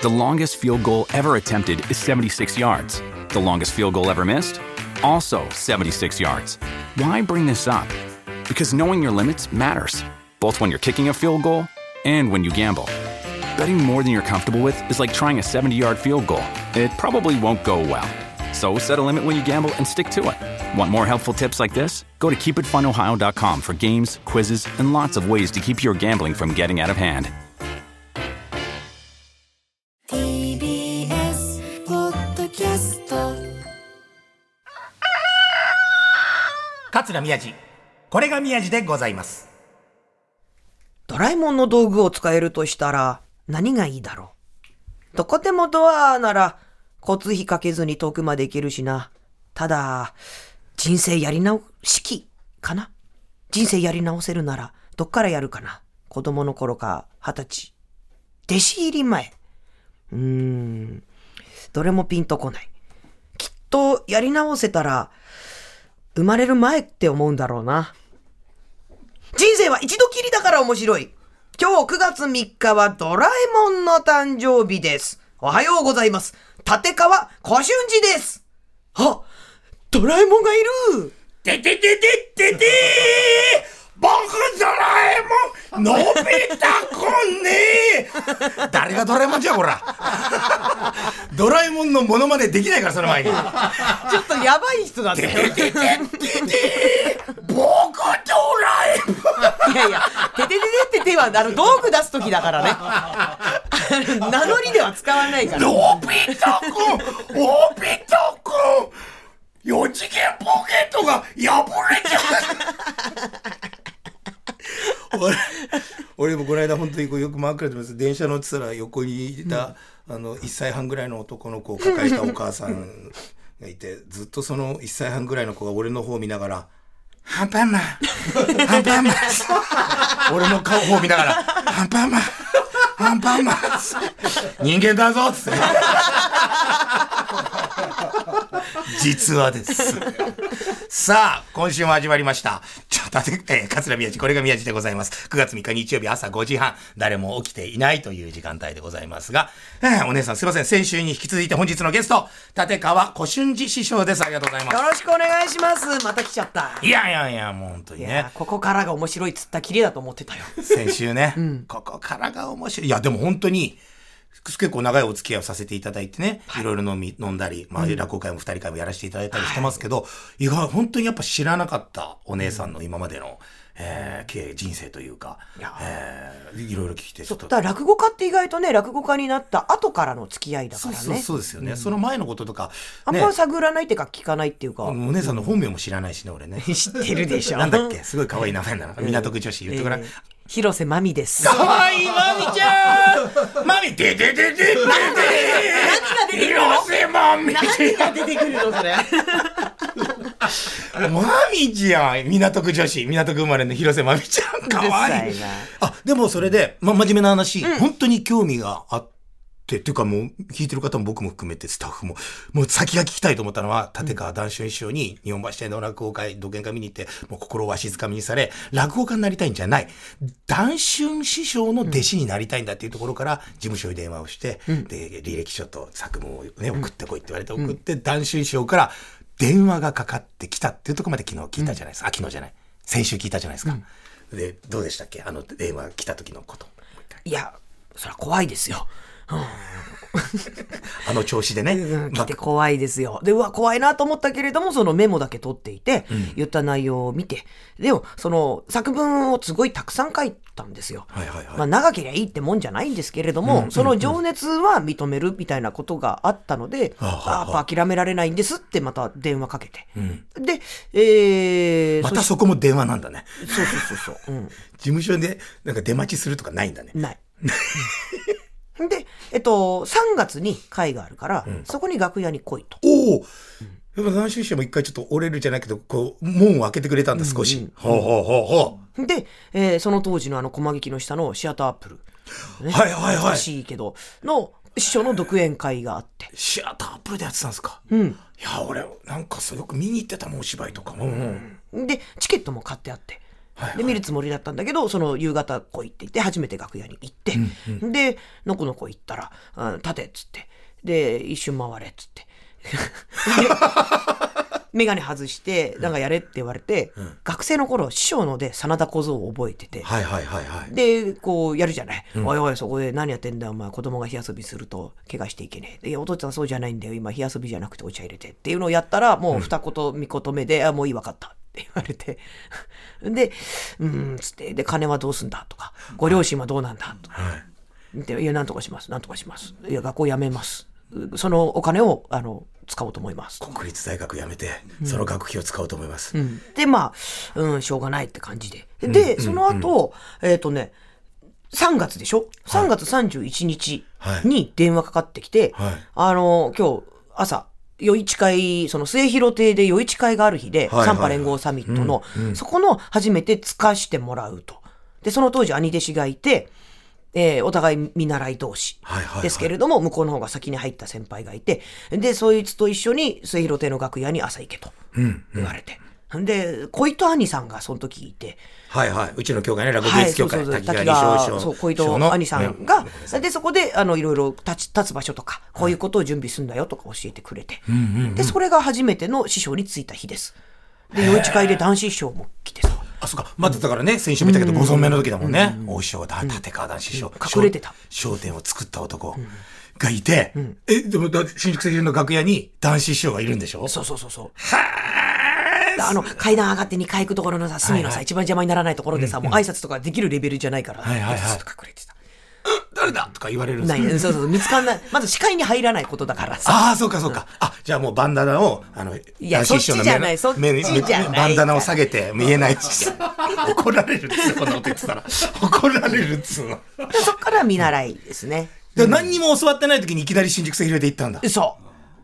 The longest field goal ever attempted is 76 yards. The longest field goal ever missed? Also 76 yards. Why bring this up? Because knowing your limits matters, both when you're kicking a field goal and when you gamble. Betting more than you're comfortable with is like trying a 70-yard field goal. It probably won't go well. So set a limit when you gamble and stick to it. Want more helpful tips like this? Go to keepitfunohio.com for games, quizzes, and lots of ways to keep your gambling from getting out of hand. TBS ポッドキャスト桂宮治、これが宮治でございます。 ドラえもんの道具を使えるとしたら何がいいだろう。どこでもドアなら交通費かけずに遠くまで行けるしな。ただ、人生やり直し期かな。人生やり直せるならどっからやるかな。子供の頃か20歳。弟子入り前。どれもピンとこない。きっとやり直せたら生まれる前って思うんだろうな。人生は一度きりだから面白い。今日9月3日はドラえもんの誕生日です。おはようございます。立川小春寺です。あ、ドラえもんがいる。 てててててて僕ドラえもんのび太くんね。誰がドラえもんじゃこら。ドラえもんのモノマネできないからその前に。 ちょっとやばい人だね。 ててててて僕ドラえもん。 いやいや、てててててては道具出すときだからね。名乗りでは使わないから。 のび太くん、おび太くん、4次元ポケットが破れちゃう。俺もこの間本当によくマークレットです。電車乗ってたら横にいた、1歳半ぐらいの男の子を抱えたお母さんがいて、ずっとその1歳半ぐらいの子が俺の方を見ながら、アンパンマンアンパンマン俺の顔を見ながら、アンパンマンアンパンマン人間だぞっつって実話ですさあ今週も始まりました。桂宮治、これが宮治でございます。9月3日日曜日朝5時半、誰も起きていないという時間帯でございますが、お姉さんすいません、先週に引き続いて本日のゲスト立川小春寺師匠です。ありがとうございます。 よろしくお願いします。また来ちゃった。 いやもう本当にね、 ここからが面白いっつったきりだと思ってたよ。 先週ね、ここからが面白い。いやでも本当に結構長いお付き合いをさせていただいてね、いろいろ飲んだり、落語会も2人会もやらせていただいたりしてますけど、意外本当にやっぱ知らなかったお姉さんの今までの、人生というか、いろいろ聞いてちょっと。 だ落語家って意外とね、落語家になった後からの付き合いだからね。 そうですよね、その前のこととか、 あんま探らないっていうか聞かないっていうか。 お姉さんの本名も知らないしね、俺ね。 知ってるでしょ。 なんだっけ、すごい可愛い名前なの。港区女子言ってごらん。 広瀬まみです。 かわいいまみちゃん。まみでででででで。何が出てくるの？ 広瀬まみ。 何が出てくるのそれ。 まみちゃん、港区女子、港区生まれの広瀬まみちゃん、かわいい。あ、でもそれで、真面目な話、本当に興味があって、っていうかもう、聞いてる方も僕も含めてスタッフも、もう先が聞きたいと思ったのは、立川談春師匠に日本橋店の落語会、独演会見に行って、もう心をわしづかみにされ、落語家になりたいんじゃない。談春師匠の弟子になりたいんだっていうところから、事務所に電話をして、で、履歴書と作文をね、送ってこいって言われて送って、談春師匠から電話がかかってきたっていうところまで昨日聞いたじゃないですか。昨日じゃない。先週聞いたじゃないですか。で、どうでしたっけ？電話来た時のこと。 いや、それは怖いですよ。 調子でね、 来て怖いですよ。で、怖いなと思ったけれども、そのメモだけ取っていて、言った内容を見て、でもその作文をすごいたくさん書いたんですよ。長ければいいってもんじゃないんですけれども、その情熱は認めるみたいなことがあったので、やっぱ諦められないんですってまた電話かけて、で、 またそこも電話なんだね。 そう、 事務所でなんか出待ちするとかないんだね。 ない。で、3月に会があるから、そこに楽屋に来いと。 おお。やっぱ談春師匠も一回ちょっと折れるじゃないけど、こう、門を開けてくれたんだ、少し。ほう。で、その当時の駒劇の下のシアターアップル。懐かしいけど、の師匠の独演会があって。 シアターアップルでやってたんですか？いや、俺、なんかよく見に行ってたもん、お芝居とかも。 で、チケットも買ってあって。 で見るつもりだったんだけど、その夕方来いって言って初めて楽屋に行って、でのこのこ行ったら立てっつって、で一瞬回れっつってメガネ外してなんかやれって言われて、学生の頃師匠ので真田小僧を覚えてて、でこうやるじゃない、おいおいそこで何やってんだよお前、子供が火遊びすると怪我していけねえ、いやお父ちゃんそうじゃないんだよ今火遊びじゃなくてお茶入れてっていうのをやったら、もう二言三言目で、もういい分かったって言われてでつって、で金はどうすんだとか、ご両親はどうなんだとか、いやなんとかしますなんとかします、いや学校辞めます、そのお金を使おうと思います。 国立大学辞めて、その学費を使おうと思います。 でしょうがないって感じで、でその後3月でしょ、3月31日に電話かかってきて、今日朝余市会、その末広亭で余市会がある日で、三波連合サミットの、そこの初めてつかしてもらうと。でその当時兄弟子がいて、お互い見習い同士ですけれども、向こうの方が先に入った先輩がいて、でそいつと一緒に末広亭の楽屋に朝行けと言われて、で小糸兄さんがその時いて、 うちの協会ね、落語芸術協会、滝川二少将、 小糸兄さんが、でそこでいろいろ立つ場所とかこういうことを準備するんだよとか教えてくれて、でそれが初めての師匠についた日です。で余市会で男子師匠も来てさ、 そうか、まだだからね、先週見たけど、ご存命の時だもんね。大師匠が立川談志師匠、 隠れてた笑点を作った男がいて、でも新宿関の楽屋に談志師匠がいるんでしょ。 そう階段上がって2階行くところのさ、隅のさ、一番邪魔にならないところでさ、もう挨拶とかできるレベルじゃないから、ずっと隠れてた。 誰だとか言われるんですか。見つかんない。まず視界に入らないことだからさ。 そうか。じゃあもうバンダナを、 いや、そっちじゃない、 バンダナを下げて見えないし、怒られるっつう、こんなこと言ってたら。怒られるっつうの。 そっから見習いですね。 何にも教わってない時にいきなり新宿末広亭行ったんだ。 そう。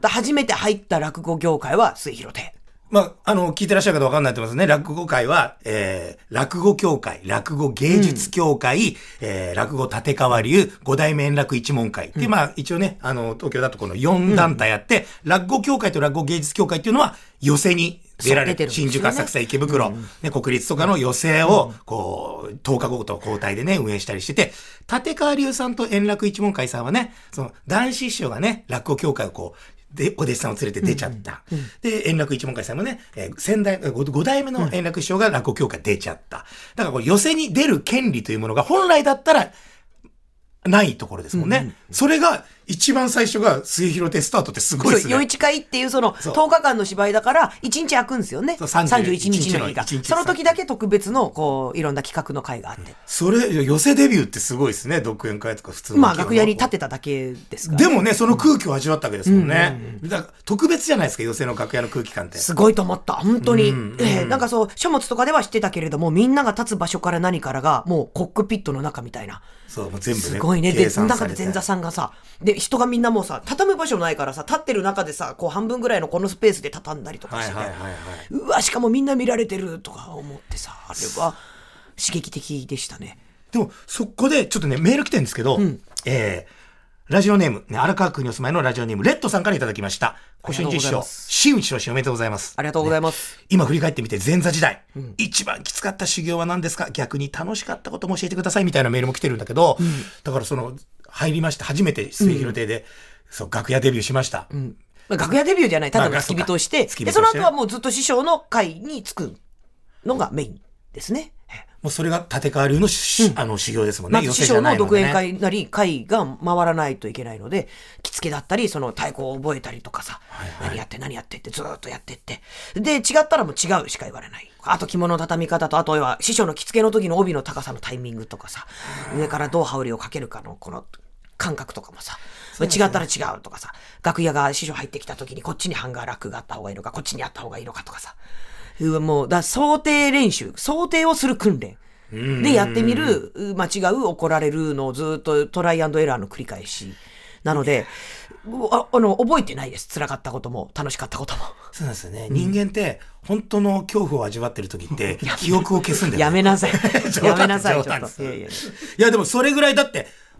初めて入った落語業界は末広亭。 聞いてらっしゃる方分かんないと思いますね。落語会は、落語協会、落語芸術協会、落語立川流、五代目円楽一門会。で、一応ね、東京だとこの4団体あって、落語協会と落語芸術協会っていうのは、寄席に出られる。新宿、浅草、池袋、国立とかの寄席を、10日ごと交代でね、運営したりしてて、立川流さんと円楽一門会さんはね、その、男子師匠がね、落語協会をで、お弟子さんを連れて出ちゃった。で、円楽一門会さんもね、5代目の円楽師匠が落語協会出ちゃった。だから寄席に出る権利というものが本来だったらないところですもんね。それが一番最初が末広亭スタートってすごいですね。 余市会っていうその10日間の芝居だから1日空くんですよね。31日の日が。その時だけ特別のいろんな企画の会があって。 それ、寄席デビューってすごいですね。独演会とか普通の。 楽屋に立ってただけですから、ね。 でもね、その空気を味わったわけですもんね。だから特別じゃないですか、寄席の楽屋の空気感って。 すごいと思った。本当に。なんか書物とかでは知ってたけれども、みんなが立つ場所から何からがもうコックピットの中みたいな。 そう、もう全部ね。 すごいね。で、中で前座さんがさ、で、人がみんなもうさ、畳む場所ないからさ、立ってる中でさ、半分ぐらいのこのスペースで畳んだりとかして、うわ、しかもみんな見られてるとか思ってさ、あれは刺激的でしたね。 でも、そこでちょっとね、メール来てるんですけど、ラジオネーム、荒川区にお住まいのラジオネーム、レッドさんからいただきました。ご春日師匠、真打ち昇進おめでとうございます。 ありがとうございます。 今振り返ってみて、前座時代、一番きつかった修行は何ですか？逆に楽しかったことも教えてくださいみたいなメールも来てるんだけど、だから入りまして、初めて末広亭で、楽屋デビューしました。楽屋デビューじゃない、ただの付き人をして、で、その後はもうずっと師匠の会につくのがメインですね。 もうそれが立川流の修行ですもんね。 まず師匠の独演会なり会が回らないといけないので、着付けだったり、太鼓を覚えたりとかさ、何やってってずっとやってって。で、違ったらもう違うしか言われない。あと着物の畳み方と、あとは師匠の着付けの時の帯の高さのタイミングとかさ、上からどう羽織をかけるかのこの感覚とかもさ、違ったら違うとかさ、楽屋が師匠入ってきた時にこっちにハンガーラックがあった方がいいのか、こっちにあった方がいいのかとかさ、もう想定練習、想定をする訓練でやってみる、間違う、怒られるのをずっとトライアンドエラーの繰り返しなので、覚えてないです。辛かったことも楽しかったことも。 そうなんですよね。人間って本当の恐怖を味わってる時って記憶を消すんだよね。 やめなさい。やめなさい。ちょっと。 いやでもそれぐらいだって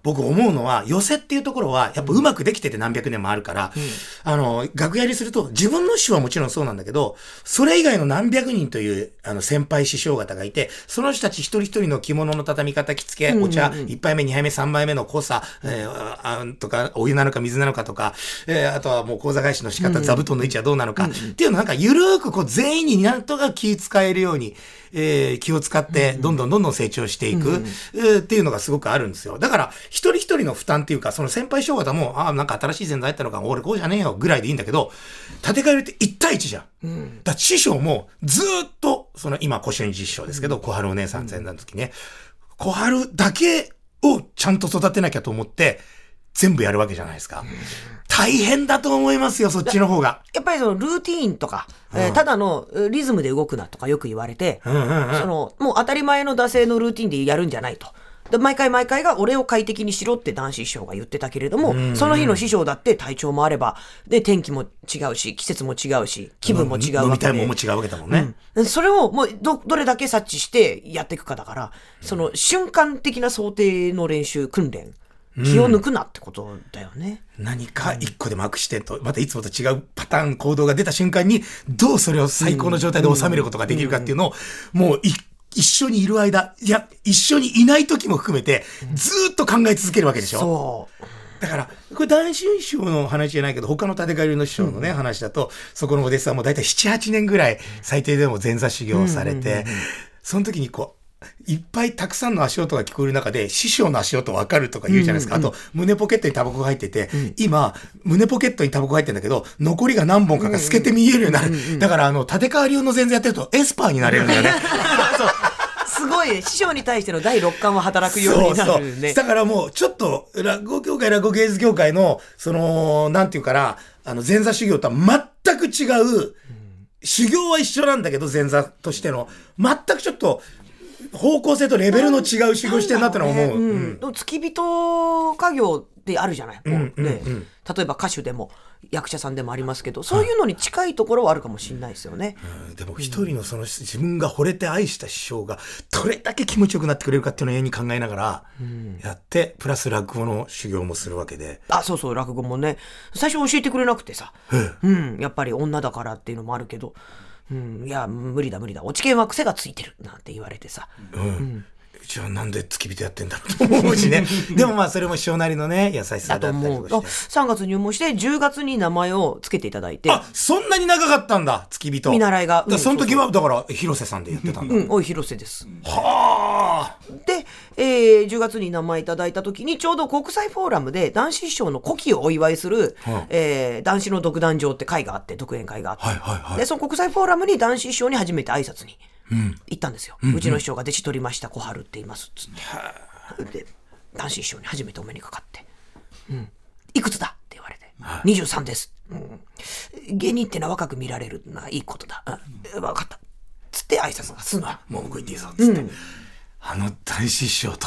僕思うのは、寄席っていうところは、やっぱうまくできてて何百年もあるから、楽屋入りすると、自分の師匠はもちろんそうなんだけど、それ以外の何百人という、先輩師匠方がいて、その人たち一人一人の着物の畳み方、着付け、お茶、1杯目、2杯目、3杯目の濃さ、とか、お湯なのか水なのかとか、あとはもう講座返しの仕方、座布団の位置はどうなのか、っていうのなんかゆるーくこう全員になんとか気使えるように、気を使って、どんどん成長していく、っていうのがすごくあるんですよ。だから、一人一人の負担っていうか、その先輩師匠方も、なんか新しい前座入ったのか、俺こうじゃねえよ、ぐらいでいいんだけど、立て替えるって1対1じゃん。だから師匠も、ずーっと、今、小春実師匠ですけど、小春お姉さん前座の時ね、小春だけをちゃんと育てなきゃと思って、全部やるわけじゃないですか。大変だと思いますよ、そっちの方が。 やっぱりそのルーティーンとか、ただのリズムで動くなとかよく言われて、もう当たり前の惰性のルーティーンでやるんじゃないと。で毎回が俺を快適にしろって男子師匠が言ってたけれども、その日の師匠だって体調もあれば、で、天気も違うし、季節も違うし、気分も違うわけで。 飲みたいもんも違うわけだもんね。 それをもうどれだけ察知してやっていくかだから、その瞬間的な想定の練習、訓練。気を抜くなってことだよね。 何か一個でもアクシデント、またいつもと違うパターン行動が出た瞬間に、どうそれを最高の状態で収めることができるかっていうのを、もう一緒にいる間、いや、一緒にいない時も含めて、ずーっと考え続けるわけでしょ。そう。だから、これ男子師匠の話じゃないけど、他の立て替えの師匠のね、話だと、そこのお弟子さんもだいたい7、8年ぐらい、最低でも前座修行をされて、その時にいっぱいたくさんの足音が聞こえる中で、師匠の足音分かるとか言うじゃないですか。あと、胸ポケットにタバコが入ってて、今、胸ポケットにタバコが入ってるんだけど、残りが何本かが透けて見えるようになる。だから、立て替わり用の前座やってると、エスパーになれるんだよね。 そう。すごい、師匠に対しての第六感は働くようになるね。 だからもう、ちょっと、落語協会、落語芸術協会の、なんていうかな、前座修行とは全く違う、修行は一緒なんだけど、前座としての、全くちょっと、方向性とレベルの違う修行してんなってのは思う。 付き人家業ってあるじゃない。例えば歌手でも役者さんでもありますけど、そういうのに近いところはあるかもしれないですよね。 でも一人の自分が惚れて愛した師匠がどれだけ気持ちよくなってくれるかっていうのを永遠に考えながらやって、プラス落語の修行もするわけで。 そうそう、落語もね、最初教えてくれなくてさ、やっぱり女だからっていうのもあるけど、いや無理だ落ち研は癖がついてるなんて言われてさ、 じゃあなんで付き人やってんだろうと思うしね。でもそれも師匠なりのね、優しさだったりとかして。 3月入門して10月に名前を付けていただいて。 そんなに長かったんだ、付き人。 見習いが。 その時はだから広瀬さんでやってたんだ。 おい広瀬です。 はあ。 で、10月に名前いただいた時にちょうど国際フォーラムで男子師匠の古希をお祝いする、男子の独壇場って会があって、独演会があって、でその国際フォーラムに男子師匠に初めて挨拶に行ったんですよ。うちの師匠が弟子取りました小春って言いますっつって。で男子師匠に初めてお目にかかって、いくつだって言われて、23です、芸人ってのは若く見られるのはいいことだ、分かったつって挨拶がすんの。 もう僕行っていいぞっつって、男子師匠と、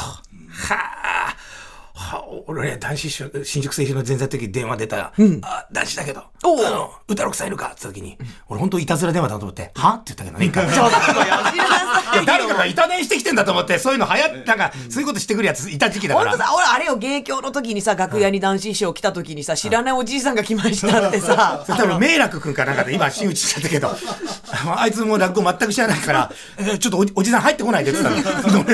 俺男子師匠、新宿青春の前座の時電話出たら、男子だけど歌六さんいるかって言った時に、俺本当いたずら電話だと思って、はって言ったけどね、一回。誰かが板伝してきてんだと思って、そういうの流行ったそういうことしてくるやついた時期だから。 本当さ、俺あれよ、芸協の時にさ、楽屋に男子師匠来た時にさ、知らないおじいさんが来ましたってさ、 多分明楽くんかなんかで今真打ちしちゃったけど、あいつもう落語全く知らないから、ちょっとおじさん入ってこないでって言ったの。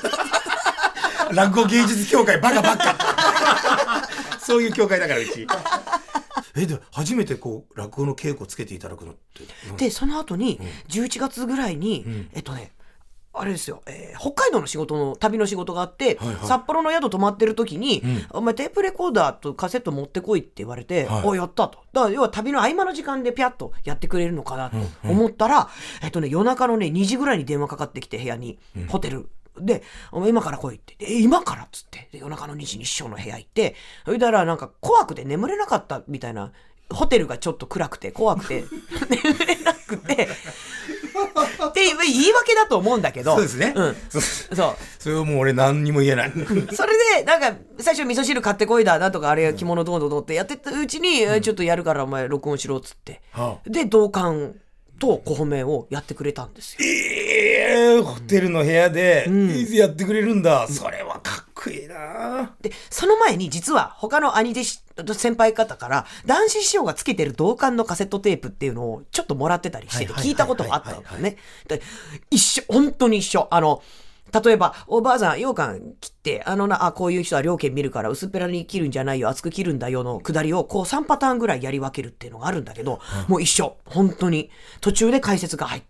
落語芸術協会バカそういう協会だからうち。で初めて落語の稽古つけていただくのって。 でその後に11月ぐらいに、あれですよ、北海道の仕事の旅の仕事があって、札幌の宿泊まってる時に、お前テープレコーダーとカセット持ってこいって言われて、やったと。だから要は旅の合間の時間でピャッとやってくれるのかなと思ったら、夜中のね2時ぐらいに電話かかってきて、部屋に、ホテルで、今から来いって。今からっつって。夜中の2時に師匠の部屋行って、それだらなんか怖くて眠れなかったみたいな、ホテルがちょっと暗くて怖くて眠れなくてって言い訳だと思うんだけど。 そうですね。そう。それはもう俺何にも言えない。 それでなんか最初味噌汁買ってこいだなとか、あれ着物どうぞってやってたうちに、ちょっとやるからお前録音しろっつって、で同感と小褒めをやってくれたんですよ。 ホテルの部屋でやってくれるんだ。それはかっこいいな。 で、その前に実は他の兄弟子、先輩方から、男子師匠がつけてる同感のカセットテープっていうのをちょっともらってたりしてて、聞いたことがあったんだよね。一緒、本当に一緒。例えば、おばあさん、羊羹切って、こういう人は両剣見るから薄っぺらに切るんじゃないよ、厚く切るんだよのくだりを、こう3パターンぐらいやり分けるっていうのがあるんだけど、もう一緒。本当に。途中で解説が入って。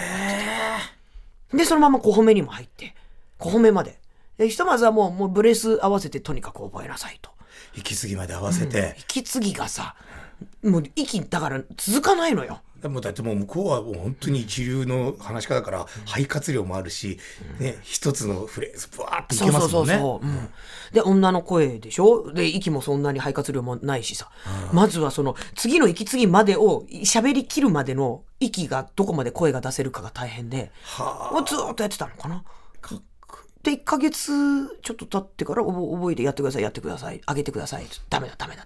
で、そのまま小褒めにも入って、小褒めまで。で、ひとまずはもうブレス合わせてとにかく覚えなさいと。 息継ぎまで合わせて。 息継ぎがさ、もう息だから続かないのよ。 もうだってもう向こうはもう本当に一流の話し家だから肺活量もあるし、ね、一つのフレーズブワーっていけますもんね。 で、女の声でしょ。で、息もそんなに肺活量もないしさ。まずはその次の息継ぎまでを喋り切るまでの息がどこまで声が出せるかが大変で、もうずーっとやってたのかな。で、1ヶ月ちょっと経ってから覚えてやってください、上げてください。ダメだ、つって。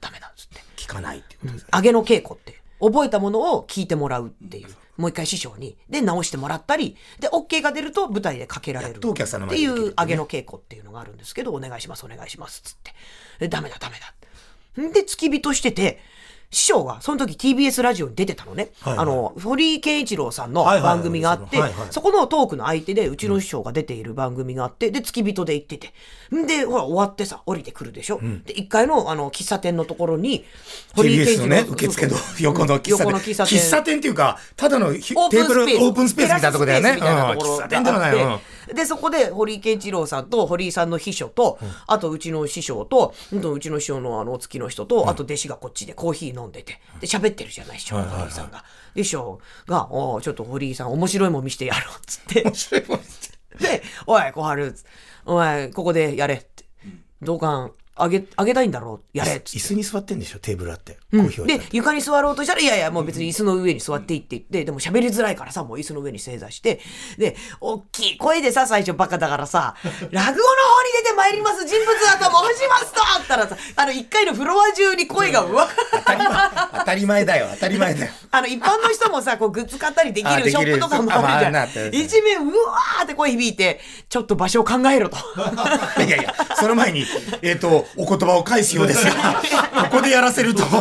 聞かないっていうことですね。 上げの稽古って。覚えたものを聞いてもらうっていう。もう一回師匠に。で、直してもらったり。で、OK が出ると舞台でかけられる。っていう上げの稽古っていうのがあるんですけど、お願いします、つって。で、ダメだ。で、付き人してて、師匠がその時 TBS ラジオに出てたのね。堀井健一郎さんの番組があって、そこのトークの相手でうちの師匠が出ている番組があって、で、付き人で行ってて。で、ほら、終わってさ、降りてくるでしょ。で、1階の喫茶店のところに、 堀井健一郎のね、受付の横の喫茶店。喫茶店っていうか、ただのテーブル、オープンスペースみたいなところだよね。喫茶店ではないの。 で、そこで堀井健一郎さんと堀井さんの秘書と、あとうちの師匠と、うちの師匠のお付きの人と、あと弟子がこっちでコーヒー飲んでて、で、喋ってるじゃない、師匠の堀井さんが。で、師匠が、ちょっと堀井さん面白いもん見してやろう、つって。 面白いもん見して。 で、おい、小春、お前、ここでやれって。同感、あげたいんだろう、やれっつって。 椅子に座ってんでしょ、テーブルあって。コーヒーで、床に座ろうとしたら、いや、もう別に椅子の上に座っていって言って、でも喋りづらいからさ、もう椅子の上に正座して、で、大きい声でさ、最初バカだからさ、落語の方に出てまいります人物だと申しますとあったらさ、1階のフロア中に声がうわ当たり前だよ。 一般の人もさ、こうグッズ買ったりできるショップとかもあるじゃん。一面うわーって声響いて、ちょっと場所を考えろと。 いや、その前に、お言葉を返すようですが、ここでやらせると。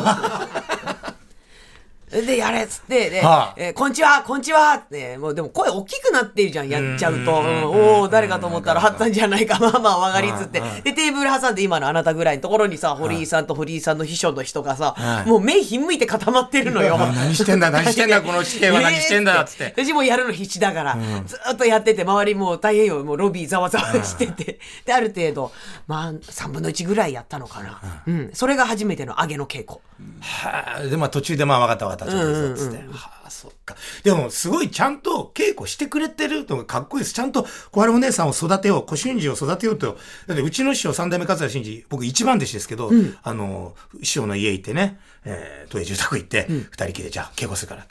で、やれっつって、で、こんちはって、もうでも声大きくなってるじゃん、やっちゃうと。誰かと思ったら、はったんじゃないか、まあ上がりつって。で、テーブル挟んで今のあなたぐらいのところにさ、堀井さんと堀井さんの秘書の人がさ、もう目ひんむいて固まってるのよ。 何してんだ、この試験は何してんだ、つって。 私もやるの必死だから、ずっとやってて、周りもう大変よ、もうロビーざわざわしてて。で、ある程度、3分の1ぐらいやったのかな。それが初めての上げの稽古。 で、途中で分かった。つって。そっか。でも、すごいちゃんと稽古してくれてるのがかっこいいです。ちゃんと小春お姉さんを育てよう、小春寺を育てようと。だってうちの師匠三代目桂真治、僕一番弟子ですけど、師匠の家行ってね、都営住宅行って、二人きりでじゃあ稽古するからって。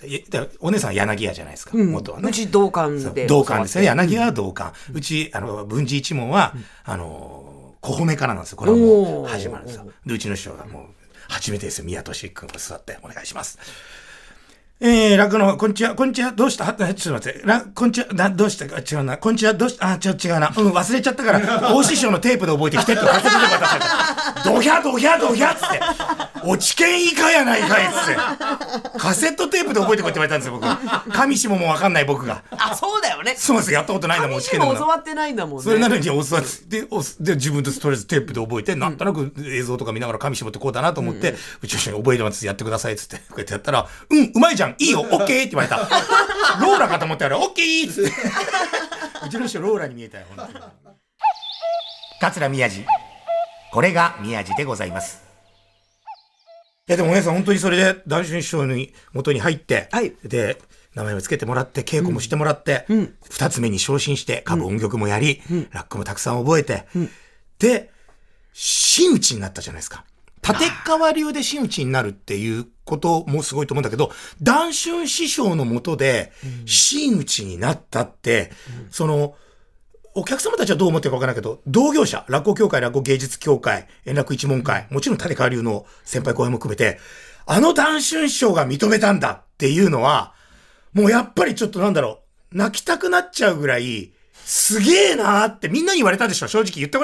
お姉さんは柳家じゃないですか、元はね。 うち同感で。 同感ですね。柳家は同感。うち、文治一門は、小褒めからなんですよ。これはもう始まるんですよ。で、うちの師匠がもう、初めてですよ。宮俊君が座ってお願いします。落語の、こんちは、どうしたちょっと待って。こんちは、どうした違うな。こんちは、どうした違うな。忘れちゃったから、大師匠のテープで覚えてきてってカセットテープ渡された。ドヒャつって。落ち券以下やないかいっつって。カセットテープで覚えてこいって言われたんですよ、僕。上下もわかんない僕が。 そうだよね。 そうです。やったことないんだもん、 落ち券も教わってないんだもんね。 それなのに教わって、で、自分でとりあえずテープで覚えて、なんとなく映像とか見ながら上下ってこうだなと思って、うちの人に覚えてます、やってくださいっつって、こうやってやったら、うまいじゃんいいよ、オッケーって言われた。ローラかと思ったら、オッケーっつって。うちの人ローラに見えたよ、本当に。桂宮治。これが宮治でございます。でもお姉さん本当にそれで談春師匠に元に入って、で、名前をつけてもらって、稽古もしてもらって、二つ目に昇進して、歌舞音曲もやり、落語もたくさん覚えて、で、真打ちになったじゃないですか。立川流で真打ちになるっていうこともすごいと思うんだけど、談春師匠の下で真打ちになったって、お客様たちはどう思ってるか分からないけど、同業者、落語協会、落語芸術協会、円楽一門会、もちろん立川流の先輩後輩も含めて、談春師匠が認めたんだっていうのは、もうやっぱりちょっと泣きたくなっちゃうぐらい、すげえなーってみんなに言われたでしょ、正直言ってごらん。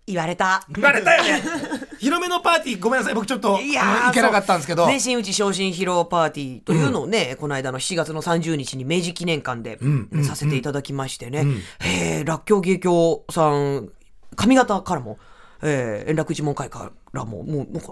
言われたよね。広めのパーティー、ごめんなさい、僕ちょっと行けなかったんですけど、 ね、真打ち昇進披露パーティーというのをね、この間の7月の30日に明治記念館でさせていただきましてね、らっきょう芸協さん上方からも、円楽一門会からももうなんか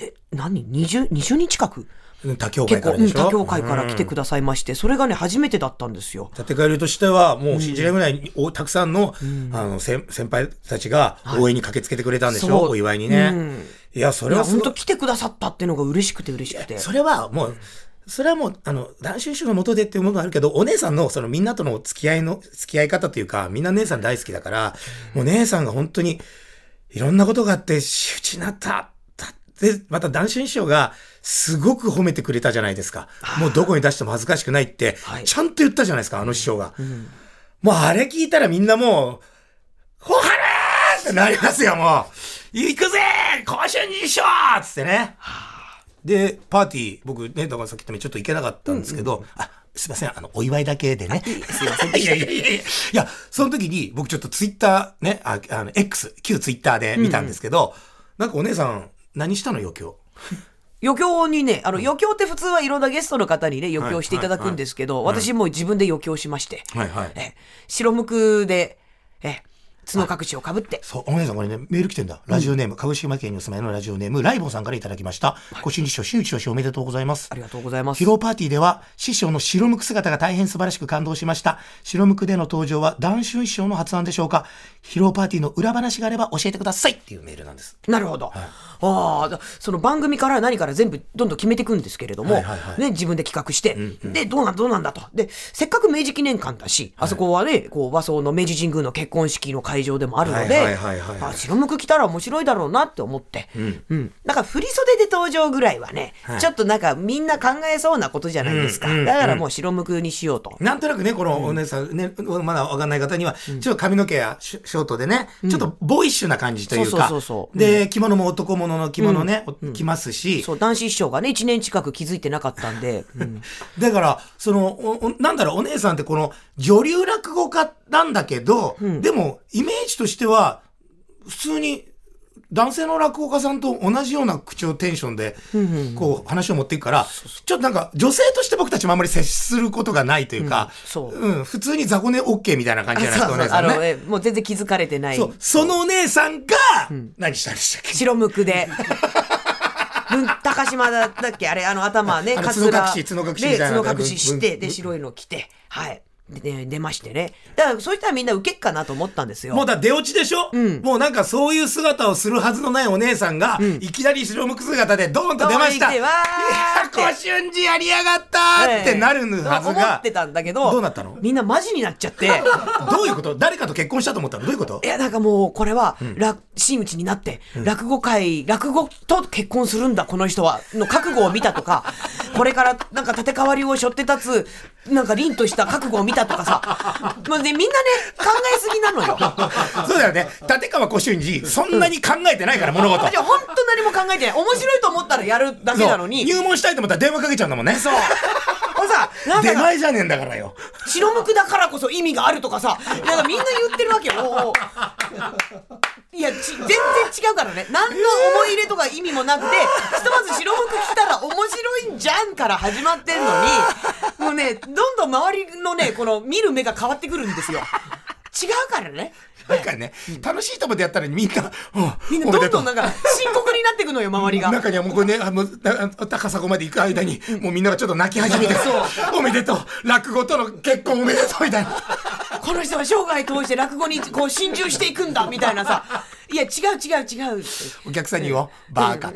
20人近く他協会からでしょ。 他協会から来てくださいまして、それがね初めてだったんですよ。 立川流としてはもう信じられないぐらいたくさんの、先輩たちが応援に駆けつけてくれたんでしょ、お祝いにね。いや、それは本当来てくださったっていうのが嬉しくて。 それはもう男子師匠の元でっていうものがあるけど、お姉さんのそのみんなとの付き合い方というか、みんな姉さん大好きだから、もう姉さんが本当にいろんなことがあって仕打ちになった。で、また男子師匠がすごく褒めてくれたじゃないですか。もうどこに出しても恥ずかしくないって、ちゃんと言ったじゃないですか、あの師匠が。もうあれ聞いたらみんなもう、ほはらーってなりますよ、もう。行くぜー甲子園師匠つってね。で、パーティー、僕ね、だからさっき言ったようにちょっと行けなかったんですけど、すいません、お祝いだけでね。 すいませんでしたいや、その時に僕ちょっとツイッターね、X、旧ツイッターで見たんですけど、なんかお姉さん、何したの余興。 余興にね、余興って普通はいろんなゲストの方にね、余興していただくんですけど、私もう自分で余興しまして、白無垢で、角隠しをかぶって。 そう、お姉さんこれね、メール来てんだ。ラジオネーム、鹿児島県にお住まいのラジオネーム、ライボンさんからいただきました。ご新師匠、真打ち昇進おめでとうございます。 ありがとうございます。 披露パーティーでは、師匠の白無垢姿が大変素晴らしく感動しました。白無垢での登場は、談春師匠の発案でしょうか。披露パーティーの裏話があれば教えてくださいっていうメールなんです。 なるほど。その番組から何から全部どんどん決めていくんですけれども、ね、自分で企画して、で、どうなんだと。で、せっかく明治記念館だし、あそこはね、こう、和装の明治神宮の結婚式の会場でもあるので、白無垢来たら面白いだろうなって思って、だから振り袖で登場ぐらいはね、ちょっとなんかみんな考えそうなことじゃないですか。だからもう白無垢にしようと。 なんとなくね、このお姉さんね、まだわかんない方には、ちょっと髪の毛やショートでね、ちょっとボーイッシュな感じというか、で、着物も男物の着物ね、着ますし。 そう、男子師匠がね、1年近く気づいてなかったんで。 だから、なんだろう、お姉さんってこの女流落語家なんだけど、でも、イメージとしては、普通に、男性の落語家さんと同じような口調テンションで、こう、話を持っていくから、ちょっとなんか、女性として僕たちもあんまり接することがないというか、普通に雑魚寝 OK みたいな感じじゃないですか、お姉さんね。 もう全然気づかれてない。 そのお姉さんが、何したんでしたっけ？ 白無垢で。高島だっけあれ、頭ね、 カツラ。角隠しみたいな。 角隠しして、で、白いの着て、はい。で、出ましてね。だから、そういったらみんな受けっかなと思ったんですよ。 もう出落ちでしょ、もうなんかそういう姿をするはずのないお姉さんが、いきなり白無垢姿でドーンと出ました。いや、小春寺やりやがったってなるはずが。 思ってたんだけど、 どうなったの？ みんなマジになっちゃって。 どういうこと？誰かと結婚したと思ったの？どういうこと？ いや、なんかもう、これは、真打ちになって、落語と結婚するんだ、この人は、の覚悟を見たとか、これからなんか立川流を背負って立つ、なんか凛とした覚悟を見たとかさ、もうね、みんなね、考えすぎなのよ。 そうだよね。立川小春寺、そんなに考えてないから、物事。 本当何も考えてない。面白いと思ったらやるだけなのに。 入門したいと思ったら電話かけちゃうんだもんね。 そう。 出前じゃねえんだからよ。 白無垢だからこそ意味があるとかさ、なんかみんな言ってるわけよ。いや、全然違うからね。何の思い入れとか意味もなくて、ひとまず白無垢着たら面白いんじゃんから始まってんのに、もうね、どんどん周りのね、この見る目が変わってくるんですよ。違うからね。 なんかね、楽しいと思ってやったらみんなどんどんなんか深刻になっていくのよ、周りが。 中にはもうこれね、高砂まで行く間に、もうみんながちょっと泣き始めて、おめでとう、落語との結婚おめでとうみたいな。 この人は生涯通して落語にこう心中していくんだみたいなさ。いや、違う。 お客さんによ、バーカ。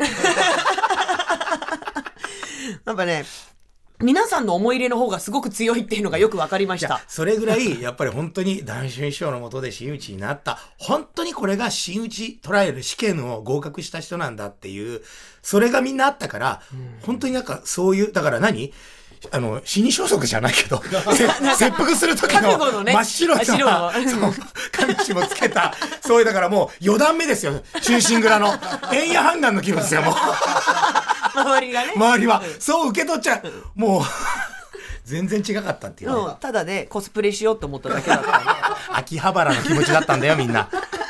やっぱね、皆さんの思い入れの方がすごく強いっていうのがよく分かりました。 それぐらいやっぱり本当に談春師匠の下で真打ちになった、本当にこれが真打ちトライアル試験を合格した人なんだっていう、それがみんなあったから、本当になんかそういう、だから死に装束じゃないけど、切腹する時の真っ白な、髪ちもつけた、そういう、だからもう4段目ですよ、忠臣蔵の。円谷判官の気分ですよ、もう。 周りがね。 周りは、そう受け取っちゃう。もう、全然違かったっていうね。 ただね、コスプレしようと思っただけだったんで。 秋葉原の気持ちだったんだよ、みんな。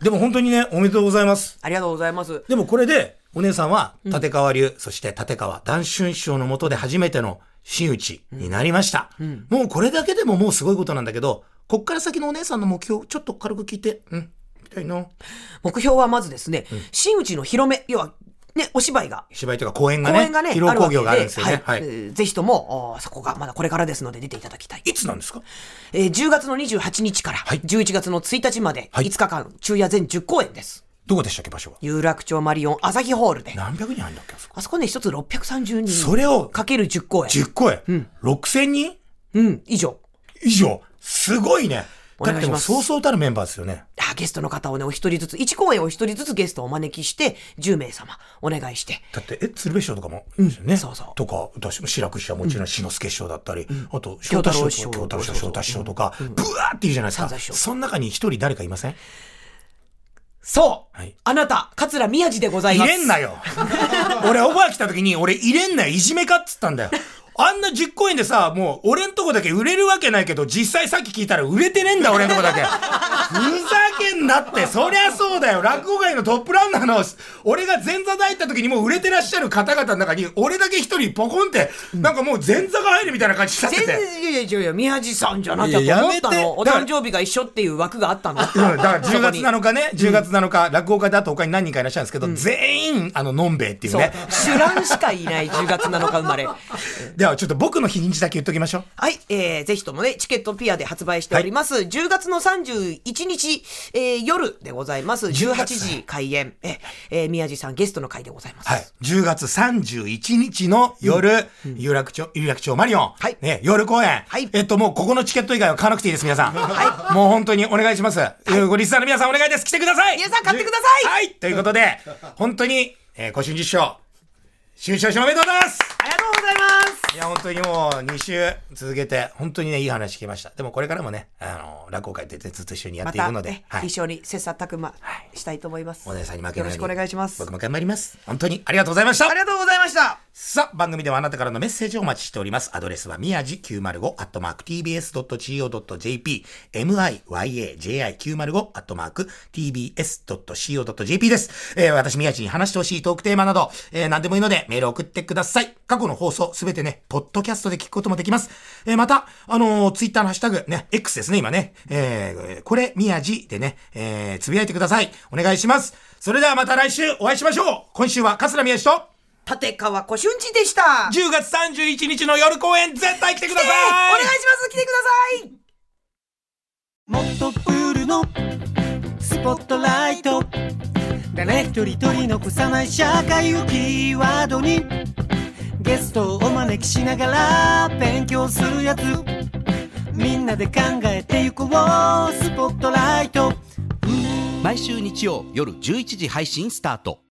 でも本当にね、おめでとうございます。 ありがとうございます。 でもこれで、お姉さんは、立川流、そして立川談春師匠の下で初めての真打ちになりました。もうこれだけでももうすごいことなんだけど、こっから先のお姉さんの目標、ちょっと軽く聞いて、みたいな。 目標はまずですね、真打ちの広め、要は、ね、お芝居が。 芝居というか公演がね、披露興行があるんですよね。 はい。ぜひとも、そこがまだこれからですので出ていただきたい。 いつなんですか ？10月の28日から11月の1日まで5日間、昼夜全10公演です。 どこでしたっけ、場所は？ 有楽町マリオン朝日ホールで。 何百人入るんだっけ、 あそこね、一つ630人。 それをかける10公演。 10公演。6000人以上。 すごいね。だってもうそうそうたるメンバーですよね。 ゲストの方をね、お一人ずつ、1公演を一人ずつゲストをお招きして、10名様お願いして。 だって、鶴瓶師匠とかもいるんですよね。 そうそう。 とか、私も志らく師匠はもちろん志の輔師匠だったり、あと、京太郎師匠とか、ブワーっているじゃないですか。その中に一人誰かいません？ そう、あなた、桂宮治でございます。 入れんなよ。俺、オファー来た時に、俺入れんなよ、いじめかっつったんだよ。あんな10公演でさ、もう、俺んとこだけ売れるわけないけど、実際さっき聞いたら売れてねえんだ、俺んとこだけ。ふざけんなって、そりゃそうだよ。落語界のトップランナーの、俺が前座で入った時にもう売れてらっしゃる方々の中に、俺だけ一人ポコンって、なんかもう前座が入るみたいな感じになってて。 全然、いや、宮治さんじゃなきゃと思ったの。お誕生日が一緒っていう枠があったの。だから10月7日ね、10月7日、落語家だと他に何人かいらっしゃるんですけど、全員、のんべえっていうね。 シュランしかいない10月7日生まれ。 では、ちょっと僕の日にちだけ言っときましょう。 はい、ぜひともね、チケットピアで発売しております。10月の31日、夜でございます。18時開演。宮治さんゲストの回でございます。 はい。10月31日の夜、有楽町マリオン。 はい。 ね、夜公演。 はい。 もうここのチケット以外は買わなくていいです、皆さん。はい。もう本当にお願いします。ごリスナーの皆さんお願いです。来てください。 皆さん買ってください。 はい。ということで、本当に、ご春実証、春勝賞おめでとうございます。 ありがとうございます。 いや、本当にもう2週続けて、本当にね、いい話聞きました。でもこれからもね、落語会でずっと一緒にやっていくので。 また、一緒に切磋琢磨したいと思います。 お姉さんに負けないように。 よろしくお願いします。 僕も頑張ります。本当にありがとうございました。 ありがとうございました。 さあ、番組ではあなたからのメッセージをお待ちしております。アドレスは、宮治905@tbs.co.jp、miyaji905@tbs.co.jp です。私、宮治に話してほしいトークテーマなど、何でもいいのでメールを送ってください。過去の放送すべてね、ポッドキャストで聞くこともできます。また、ツイッターのハッシュタグ、ね、X ですね、今ね。これ、宮治でね、つぶやいてください。お願いします。それではまた来週お会いしましょう。今週は桂宮治と、 立川小春寺でした。 10月31日の夜公演、絶対来てください。 お願いします。来てください。もっとプールのスポットライト、誰一人取り残さない社会をキーワードに、ゲストをお招きしながら勉強するやつ、みんなで考えてゆこうスポットライト。 毎週日曜夜11時配信スタート。